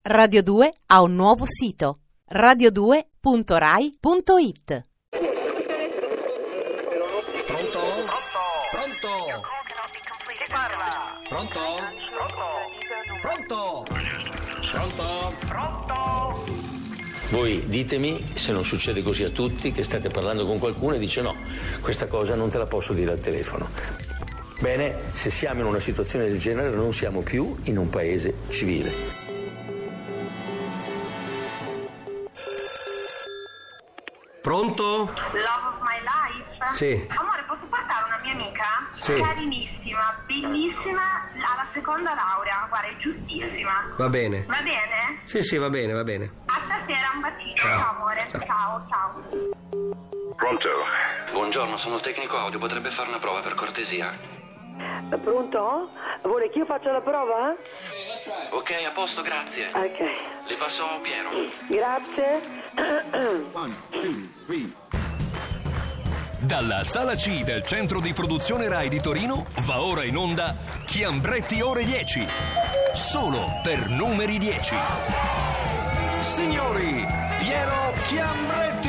Radio 2 ha un nuovo sito: radio2.rai.it. Pronto? Pronto? Chi parla? Pronto? Pronto? Pronto? Pronto? Voi ditemi se non succede così a tutti, che state parlando con qualcuno e dice no, questa cosa non te la posso dire al telefono. Bene, se siamo in una situazione del genere non siamo più in un paese civile. Pronto? Love of my life? Sì. Amore, posso portare una mia amica? Sì. Carinissima, bellissima, alla seconda laurea, guarda, è giustissima. Va bene. Va bene? Sì, va bene, va bene. A stasera, un bacino. Ciao, amore. Ciao. Pronto? Buongiorno, sono il tecnico audio, potrebbe fare una prova per cortesia? Pronto? Vuole che io faccia la prova? Ok, a posto, grazie. Ok, Le passo Piero. grazie. Dalla Sala C del Centro di Produzione Rai di Torino va ora in onda Chiambretti Ore 10. Solo per numeri 10. Signori, Piero Chiambretti!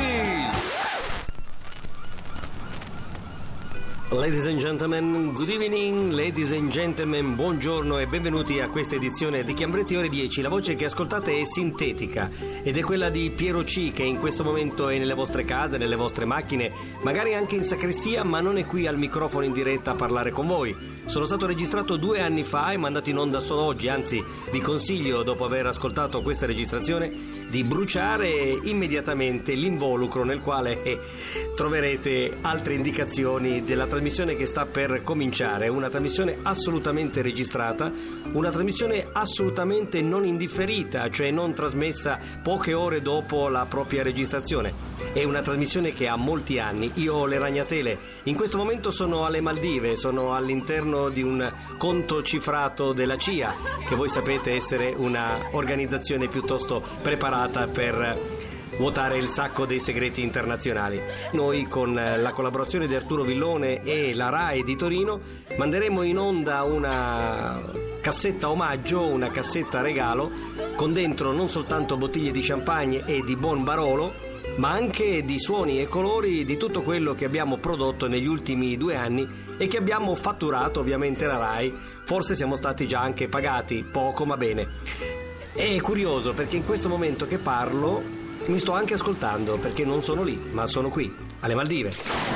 Ladies and gentlemen, good evening. Ladies and gentlemen, buongiorno e benvenuti a questa edizione di Chiambretti Ore 10. La voce che ascoltate è sintetica ed è quella di Piero C, che in questo momento è nelle vostre case, nelle vostre macchine, magari anche in sacrestia, ma non è qui al microfono in diretta a parlare con voi. Sono stato registrato 2 anni fa e mandato in onda solo oggi, anzi vi consiglio, dopo aver ascoltato questa registrazione, di bruciare immediatamente l'involucro nel quale troverete altre indicazioni della trasmissione che sta per cominciare. Una trasmissione assolutamente registrata, una trasmissione assolutamente non indifferita, cioè non trasmessa poche ore dopo la propria registrazione. È una trasmissione che ha molti anni. Io ho le ragnatele. In questo momento sono alle Maldive, sono all'interno di un conto cifrato della CIA, che voi sapete essere una organizzazione piuttosto preparata per vuotare il sacco dei segreti internazionali. Noi, con la collaborazione di Arturo Villone e la RAI di Torino, manderemo in onda una cassetta omaggio, una cassetta regalo, con dentro non soltanto bottiglie di champagne e di buon Barolo, ma anche di suoni e colori di tutto quello che abbiamo prodotto negli ultimi 2 anni e che abbiamo fatturato ovviamente la RAI. Forse siamo stati già anche pagati, poco ma bene. È curioso perché in questo momento che parlo mi sto anche ascoltando, perché non sono lì, ma sono qui, alle Maldive.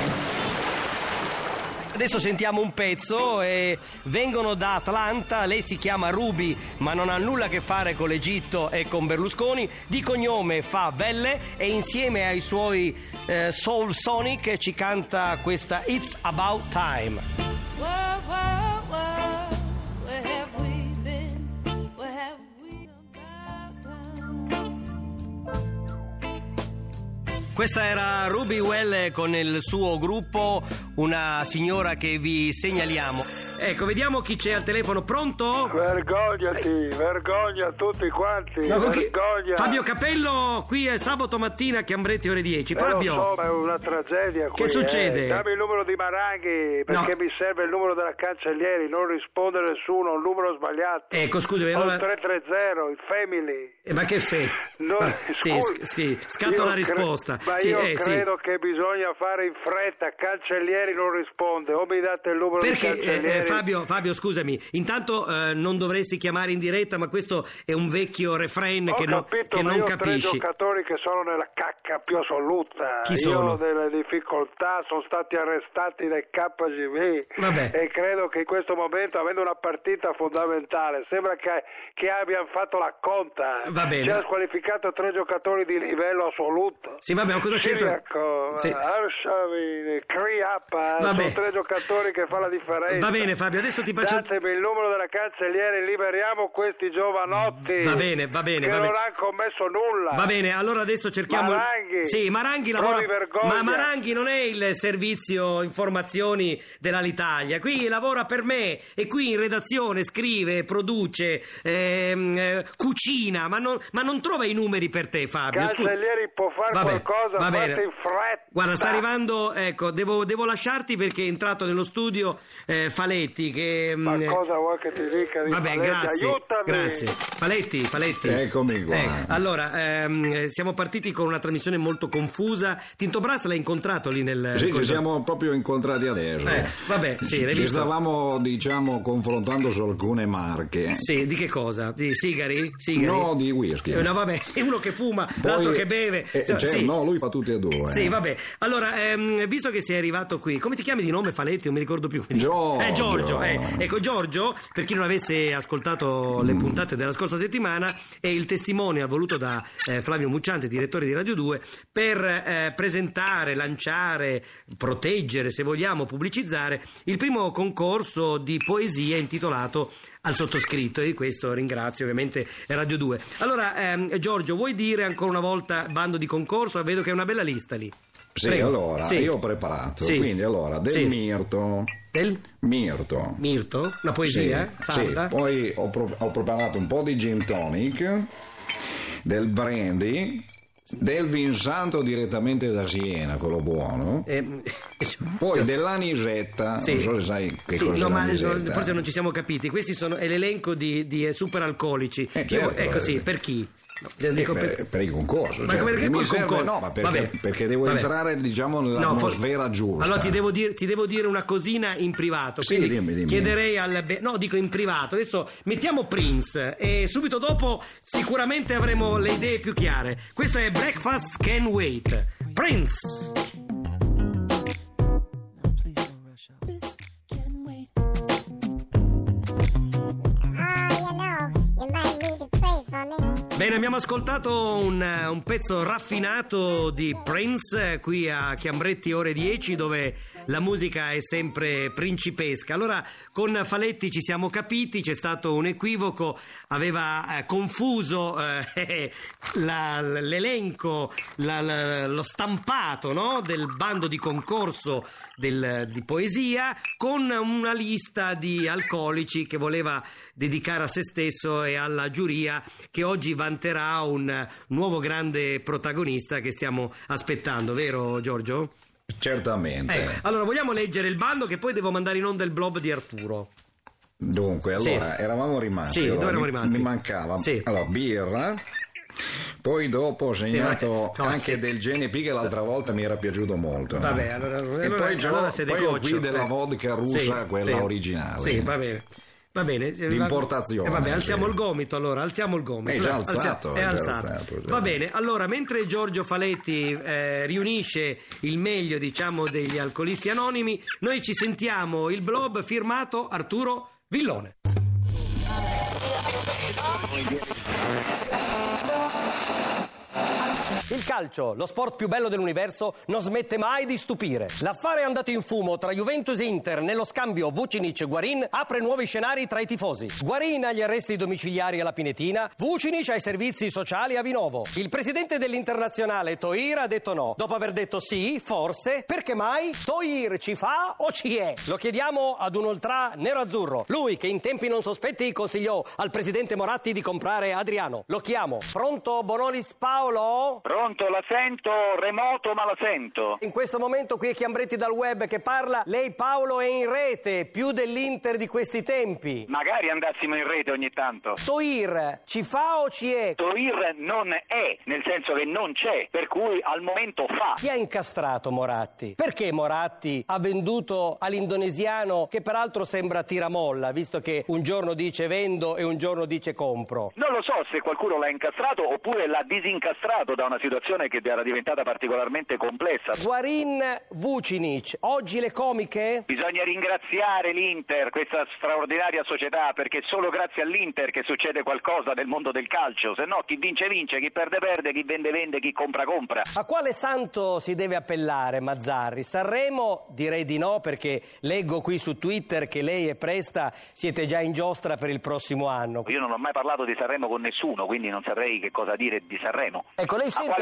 Adesso sentiamo un pezzo e vengono da Atlanta. Lei si chiama Ruby, ma non ha nulla a che fare con l'Egitto e con Berlusconi. Di cognome fa Velle e insieme ai suoi Soul Sonic ci canta questa It's About Time. Whoa, whoa, whoa, where have we been? Where have we gone? Questa era Ruby Well con il suo gruppo, una signora che vi segnaliamo. Ecco, vediamo chi c'è al telefono. Pronto? Vergognati, vergogna tutti quanti, No, vergogna. Fabio Capello, qui è sabato mattina, Chiambretti Ore 10. Fabio, Lo so, è una tragedia qui. Che succede? Dammi il numero di Maranghi, perché No. mi serve il numero della cancellieri, non risponde nessuno, un numero sbagliato. ecco, scusami, Ho allora... il 330, il family. Ma che fai? No, Sì, scatto io la risposta. Ma Sì, io sì. credo che bisogna fare in fretta. Cancellieri non risponde, o mi date il numero Perché, di cancellieri. Fabio, scusami, intanto non dovresti chiamare in diretta, ma questo è un vecchio refrain che non io ho 3 capisci. giocatori che sono nella cacca più assoluta. Chi sono? Io ho delle difficoltà, sono stati arrestati dai KGB. Vabbè. E credo che in questo momento, avendo una partita fondamentale, sembra che abbiano fatto la conta. Va bene. Ci hanno squalificato 3 giocatori di livello assoluto. Sì, vabbè, ma cosa c'entra? Sì. Arshavin, Kriappa, sono Vabbè. 3 giocatori che fa la differenza. Va bene, Fabio, adesso ti faccio... Datemi il numero della cancelliere, liberiamo questi giovanotti. Va bene. Che non hanno commesso nulla. Va bene, allora adesso cerchiamo... Maranghi. Sì, Maranghi lavora... Provi vergogna. Ma Maranghi non è il servizio informazioni dell'Alitalia. Qui lavora per me e qui in redazione scrive, produce, cucina, ma non trova i numeri per te, Fabio. Cancellieri può fare qualcosa, va fate bene. in fretta. Guarda, sta arrivando, ecco, devo lasciarti perché è entrato nello studio Faledi. Faletti che... Ma cosa vuoi che ti dica di Vabbè, Faletti? grazie, Aiutami! grazie. Faletti. Eccomi qua. Allora, siamo partiti con una trasmissione molto confusa. Tinto Brass l'hai incontrato lì nel... Sì, ci siamo proprio incontrati adesso. Vabbè, sì, l'hai ci visto? stavamo, confrontando su alcune marche. Sì, di che cosa? Di sigari? No, di whisky. No, vabbè, è uno che fuma, Poi, l'altro che beve. Sì. No, lui fa tutti e due. Sì, vabbè. Allora, visto che sei arrivato qui, come ti chiami di nome, Faletti? Non mi ricordo più. Giorgio. Ecco, Giorgio, per chi non avesse ascoltato le puntate della scorsa settimana, è il testimone voluto da Flavio Mucciante, direttore di Radio 2, per presentare, lanciare, proteggere, se vogliamo, pubblicizzare il primo concorso di poesia intitolato Al sottoscritto, e di questo ringrazio ovviamente Radio 2. Allora, Giorgio, vuoi dire ancora una volta bando di concorso? Vedo che è una bella lista lì. Sì, Prego. allora, Sì. io ho preparato, Sì. quindi allora, del Sì. mirto. Del? Mirto. Mirto? Una poesia? Sì, Sarda? sì. Poi ho preparato un po' di gin tonic, del brandy, del vin santo direttamente da Siena, quello buono. Poi dell'anisetta, Sì. non so se sai che Sì, cos'è no, ma l'anisetta. forse non ci siamo capiti. Questi sono è l'elenco di super-alcolici. Certo, ecco, sì, per chi? No, dico per il concorso, Ma cioè, perché mi col serve, concorso? no, ma Vabbè. perché devo Vabbè. entrare, diciamo, nell'atmosfera giusta. Allora ti devo dire una cosina in privato. Sì, quindi dimmi. chiederei no, dico in privato. Adesso mettiamo Prince e subito dopo sicuramente avremo le idee più chiare. Questo è Breakfast Can Wait. Prince. Bene, abbiamo ascoltato un pezzo raffinato di Prince qui a Chiambretti ore 10, dove la musica è sempre principesca. Allora, con Faletti ci siamo capiti, c'è stato un equivoco, aveva confuso l'elenco, lo stampato, no, del bando di concorso di poesia con una lista di alcolici che voleva dedicare a se stesso e alla giuria, che oggi vanterà un nuovo grande protagonista che stiamo aspettando, vero Giorgio? Certamente. Ecco, allora vogliamo leggere il bando che poi devo mandare in onda il blog di Arturo. Dunque, allora, Sì. eravamo rimasti. Sì, allora, dove eravamo rimasti? Mi mancava. Sì. Allora, birra. Poi dopo ho segnato No, anche sì. del GNP che l'altra volta mi era piaciuto molto. Vabbè, E poi siete poi ho goccio. qui della vodka russa, Sì, quella sì. originale. Sì, va bene. Va bene. D'importazione, Vabbè, alziamo sì. il gomito allora, alziamo il gomito. È già alzato, È è già alzato. alzato, già. Va bene, allora mentre Giorgio Faletti riunisce il meglio, diciamo, degli alcolisti anonimi, noi ci sentiamo il blog firmato Arturo Villone. Il calcio, lo sport più bello dell'universo, non smette mai di stupire. L'affare è andato in fumo tra Juventus e Inter nello scambio Vucinic-Guarin apre nuovi scenari tra i tifosi. Guarin agli arresti domiciliari alla Pinetina, Vucinic ai servizi sociali a Vinovo. Il presidente dell'Internazionale, Toir, ha detto no. Dopo aver detto sì, forse, perché mai? Toir ci fa o ci è? Lo chiediamo ad un ultra nero-azzurro. Lui che in tempi non sospetti consigliò al presidente Moratti di comprare Adriano. Lo chiamo. Pronto, Bonolis Paolo? Pronto, la sento, remoto ma la sento. In questo momento qui è Chiambretti dal web che parla, lei Paolo è in rete, più dell'Inter di questi tempi. Magari andassimo in rete ogni tanto. Toir, ci fa o ci è? Toir non è, nel senso che non c'è, per cui al momento fa. Chi ha incastrato Moratti? Perché Moratti ha venduto all'indonesiano, che peraltro sembra tiramolla, visto che un giorno dice vendo e un giorno dice compro? Non lo so se qualcuno l'ha incastrato oppure l'ha disincastrato da una situazione che era diventata particolarmente complessa. Guarin, Vucinic, oggi le comiche? Bisogna ringraziare l'Inter, questa straordinaria società, perché è solo grazie all'Inter che succede qualcosa nel mondo del calcio, se no chi vince vince, chi perde perde, chi vende vende, chi compra compra. A quale santo si deve appellare Mazzarri? Sanremo? Direi di no, perché leggo qui su Twitter che lei e Presta siete già in giostra per il prossimo. Io non ho mai parlato di Sanremo con nessuno, quindi non saprei che cosa dire di Sanremo. Ecco, lei A sente... quale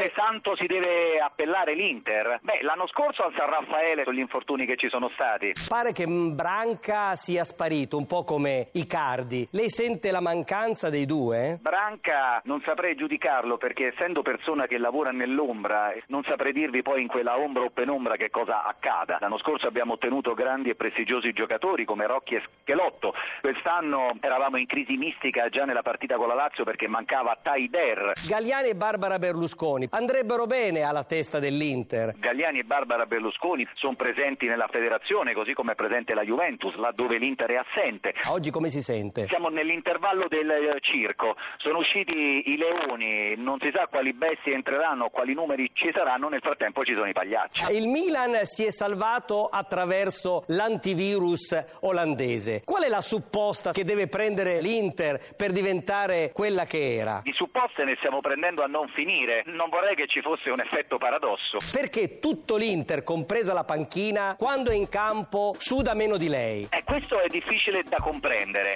quale santo si deve appellare l'Inter? Beh, l'anno scorso al San Raffaele con gli infortuni che ci sono stati. Pare che Branca sia sparito, un po' come Icardi. Lei sente la mancanza dei due? Branca non saprei giudicarlo, perché essendo persona che lavora nell'ombra non saprei dirvi poi in quella ombra o penombra che cosa accada. L'anno scorso abbiamo ottenuto grandi e prestigiosi giocatori come Rocchi e Schelotto. Quest'anno eravamo in crisi mistica già nella partita con la Lazio perché mancava Taider. Galliani e Barbara Berlusconi andrebbero bene alla testa dell'Inter. Galliani e Barbara Berlusconi sono presenti nella federazione, così come è presente la Juventus, laddove l'Inter è assente. Oggi come si sente? Siamo nell'intervallo del circo, sono usciti i leoni, non si sa quali bestie entreranno, quali numeri ci saranno, nel frattempo ci sono i pagliacci. Il Milan si è salvato attraverso l'antivirus olandese. Qual è la supposta che deve prendere l'Inter per diventare quella che era? Di supposte ne stiamo prendendo a non finire, non vorrei che ci fosse un effetto paradosso. Perché tutto l'Inter, compresa la panchina, quando è in campo suda meno di lei? Questo è difficile da comprendere.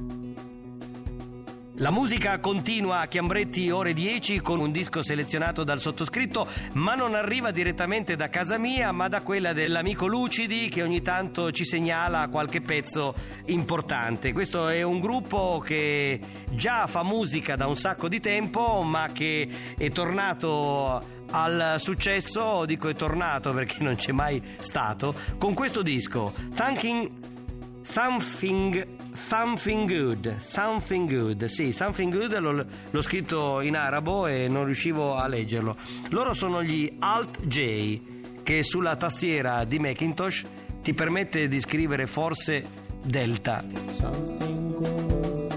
La musica continua a Chiambretti ore 10 con un disco selezionato dal sottoscritto, ma non arriva direttamente da casa mia, ma da quella dell'amico Lucidi, che ogni tanto ci segnala qualche pezzo importante. Questo è un gruppo che già fa musica da un sacco di tempo, ma che è tornato al successo, dico è tornato perché non c'è mai stato, con questo disco Something Good. Sì, Something Good l'ho scritto in arabo e non riuscivo a leggerlo. Loro sono gli Alt J, che sulla tastiera di Macintosh ti permette di scrivere forse Delta. Something good.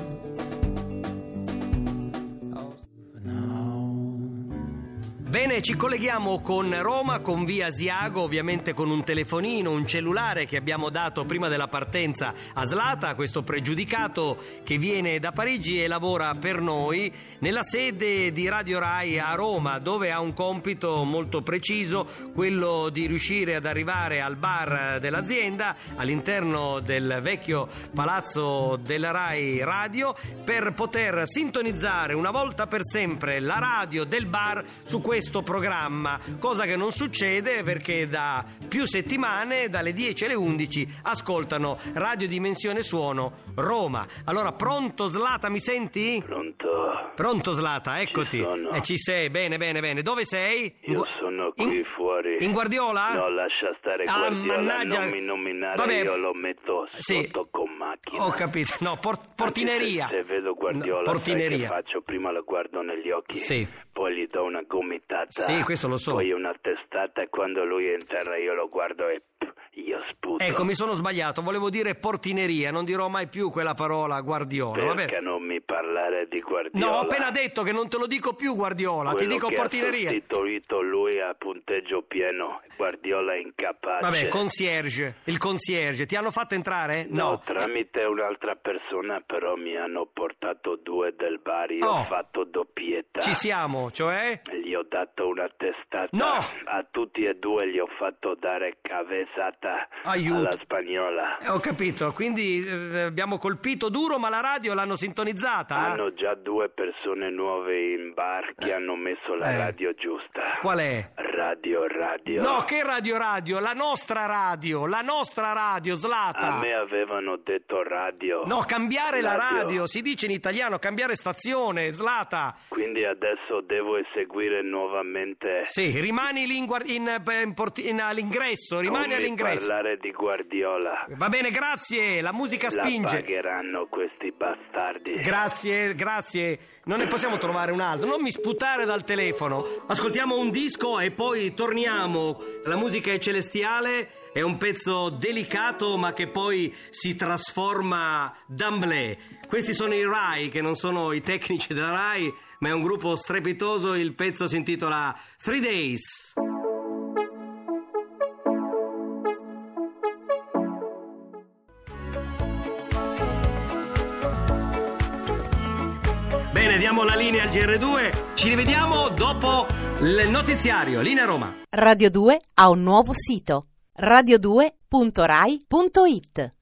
Bene, ci colleghiamo con Roma, con via Asiago, ovviamente con un telefonino, un cellulare che abbiamo dato prima della partenza a Zlata, questo pregiudicato che viene da Parigi e lavora per noi nella sede di Radio Rai a Roma, dove ha un compito molto preciso, quello di riuscire ad arrivare al bar dell'azienda all'interno del vecchio palazzo della Rai Radio per poter sintonizzare una volta per sempre la radio del bar su questo programma, cosa che non succede perché da più settimane, dalle 10 alle 11, ascoltano Radio Dimensione Suono Roma. Allora, pronto Zlata, mi senti? Pronto Zlata, eccoti. Ci sei, bene. Dove sei? Io sono qui fuori. In Guardiola? No, lascia stare Guardiola, mannaggia. non mi nominare. Vabbè. Io lo metto sotto con macchina. Ho capito, no, portineria. Se vedo Guardiola, portineria. sai che faccio? Prima lo guardo negli occhi, sì. Poi gli do una gomitata, sì, questo lo so. Poi una testata e quando lui è in terra io lo guardo e io sputo. Ecco, mi sono sbagliato, volevo dire portineria, non dirò mai più quella parola Guardiola. Perché vabbè. non mi parlare di Guardiola? No, ho appena detto che non te lo dico più Guardiola, Quello ti dico che portineria. Ha sostituito lui a punteggio pieno, Guardiola è incapace. Vabbè, il concierge, ti hanno fatto entrare? No, tramite un'altra persona, però mi hanno portato 2 del bar, io ho fatto doppietta. Ci siamo, cioè? Gli ho dato una testata. No! A tutti e 2 gli ho fatto dare cavezata alla spagnola. Ho capito, quindi abbiamo colpito duro, ma la radio l'hanno sintonizzata? Hanno già 2 persone nuove in bar che hanno messo la radio giusta. Qual è? Radio. No, che radio? La nostra radio, Zlata. A me avevano detto radio. No, cambiare la radio, si dice in italiano, cambiare stazione, Zlata. Quindi adesso devo eseguire nuovamente. Sì, rimani lì all'ingresso, rimani all'ingresso. Parlare di Guardiola. Va bene, grazie, la musica spinge. La pagheranno questi bastardi. Grazie. Non ne possiamo trovare un altro, non mi sputare dal telefono. Ascoltiamo un disco e poi torniamo. La musica è celestiale, è un pezzo delicato ma che poi si trasforma d'emblée. Questi sono i Rai, che non sono i tecnici della Rai, ma è un gruppo strepitoso. Il pezzo si intitola 3 Days. Bene, diamo la linea al GR2. Ci rivediamo dopo il notiziario. Linea Roma. Radio 2 ha un nuovo sito: radio2.rai.it.